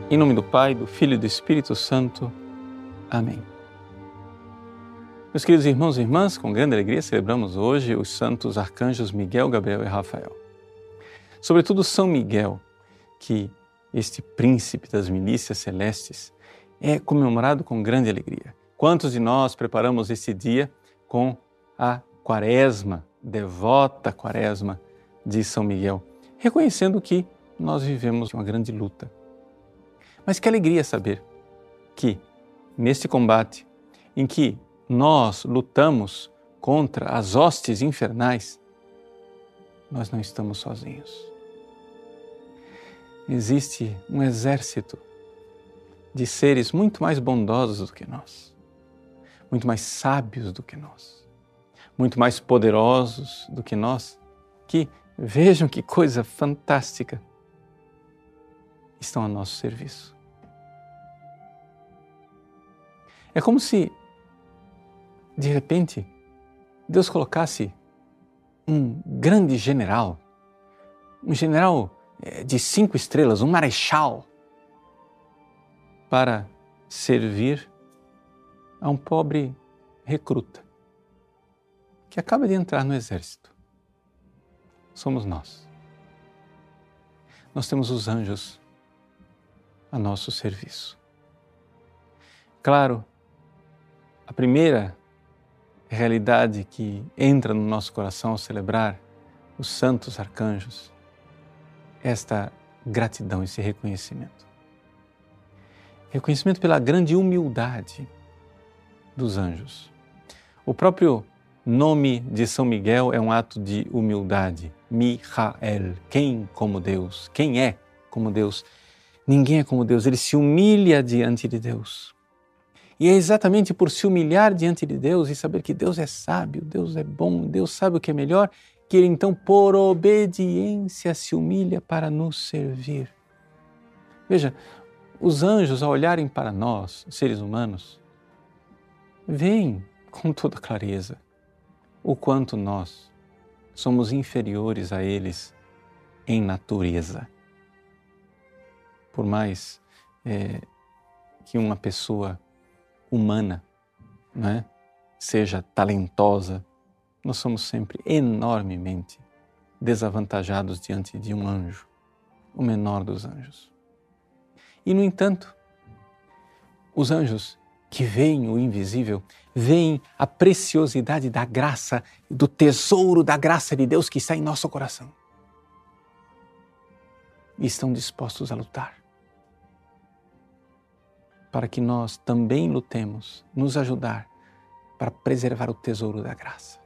Em nome do Pai, do Filho e do Espírito Santo. Amém. Meus queridos irmãos e irmãs, com grande alegria celebramos hoje os santos arcanjos Miguel, Gabriel e Rafael. Sobretudo São Miguel, que este príncipe das milícias celestes é comemorado com grande alegria. Quantos de nós preparamos esse dia com a quaresma, devota quaresma de São Miguel, reconhecendo que nós vivemos uma grande luta. Mas que alegria saber que, neste combate em que nós lutamos contra as hostes infernais, nós não estamos sozinhos. Existe um exército de seres muito mais bondosos do que nós, muito mais sábios do que nós, muito mais poderosos do que nós, que, vejam que coisa fantástica, estão a nosso serviço. É como se, de repente, Deus colocasse um grande general, um general de 5 estrelas, um marechal, para servir a um pobre recruta que acaba de entrar no exército. Somos nós. Nós temos os anjos a nosso serviço. Claro, a primeira realidade que entra no nosso coração ao celebrar os santos arcanjos é esta gratidão, esse reconhecimento. Reconhecimento pela grande humildade dos anjos. O próprio nome de São Miguel é um ato de humildade. Michael, quem como Deus? Quem é como Deus? Ninguém é como Deus, ele se humilha diante de Deus. E é exatamente por se humilhar diante de Deus e saber que Deus é sábio, Deus é bom, Deus sabe o que é melhor, que Ele então, por obediência, se humilha para nos servir. Veja, os anjos, ao olharem para nós, seres humanos, veem com toda clareza o quanto nós somos inferiores a eles em natureza. Por mais que uma pessoa humana, né, seja talentosa, nós somos sempre enormemente desavantajados diante de um anjo, o menor dos anjos. E, no entanto, os anjos que veem o invisível, veem a preciosidade da graça, do tesouro da graça de Deus que está em nosso coração. E estão dispostos a lutar para que nós também lutemos, nos ajudar para preservar o tesouro da graça.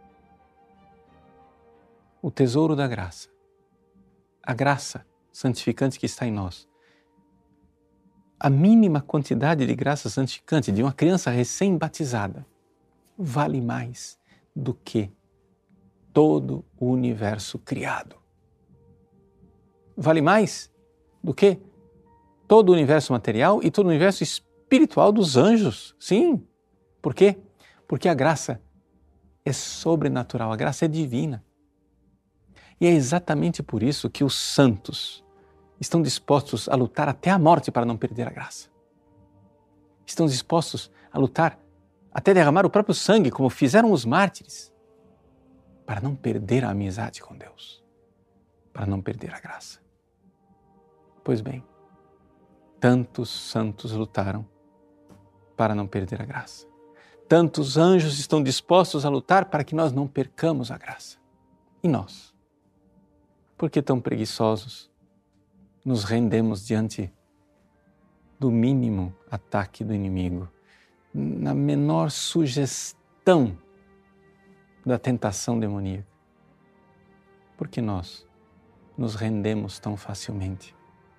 O tesouro da graça, a graça santificante que está em nós. A mínima quantidade de graça santificante de uma criança recém-batizada vale mais do que todo o universo criado. Vale mais do que todo o universo material e todo o universo espiritual dos anjos. Sim. Por quê? Porque a graça é sobrenatural, a graça é divina. E é exatamente por isso que os santos estão dispostos a lutar até a morte para não perder a graça. Estão dispostos a lutar até derramar o próprio sangue, como fizeram os mártires, para não perder a amizade com Deus, para não perder a graça. Pois bem, tantos santos lutaram para não perder a graça. Tantos anjos estão dispostos a lutar para que nós não percamos a graça. E nós? Por que tão preguiçosos nos rendemos diante do mínimo ataque do inimigo, na menor sugestão da tentação demoníaca? Por que nós nos rendemos tão facilmente?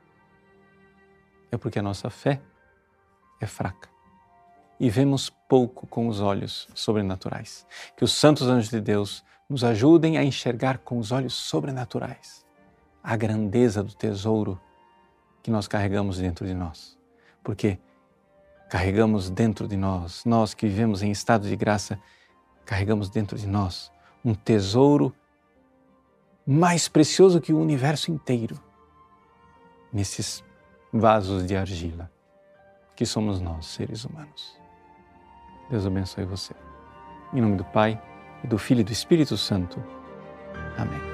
É porque a nossa fé é fraca e vemos pouco com os olhos sobrenaturais. Que os santos anjos de Deus nos ajudem a enxergar com os olhos sobrenaturais a grandeza do tesouro que nós carregamos dentro de nós. Porque carregamos dentro de nós, nós que vivemos em estado de graça, carregamos dentro de nós um tesouro mais precioso que o universo inteiro. Nesses vasos de argila, que somos nós, seres humanos. Deus abençoe você. Em nome do Pai, e do Filho e do Espírito Santo. Amém.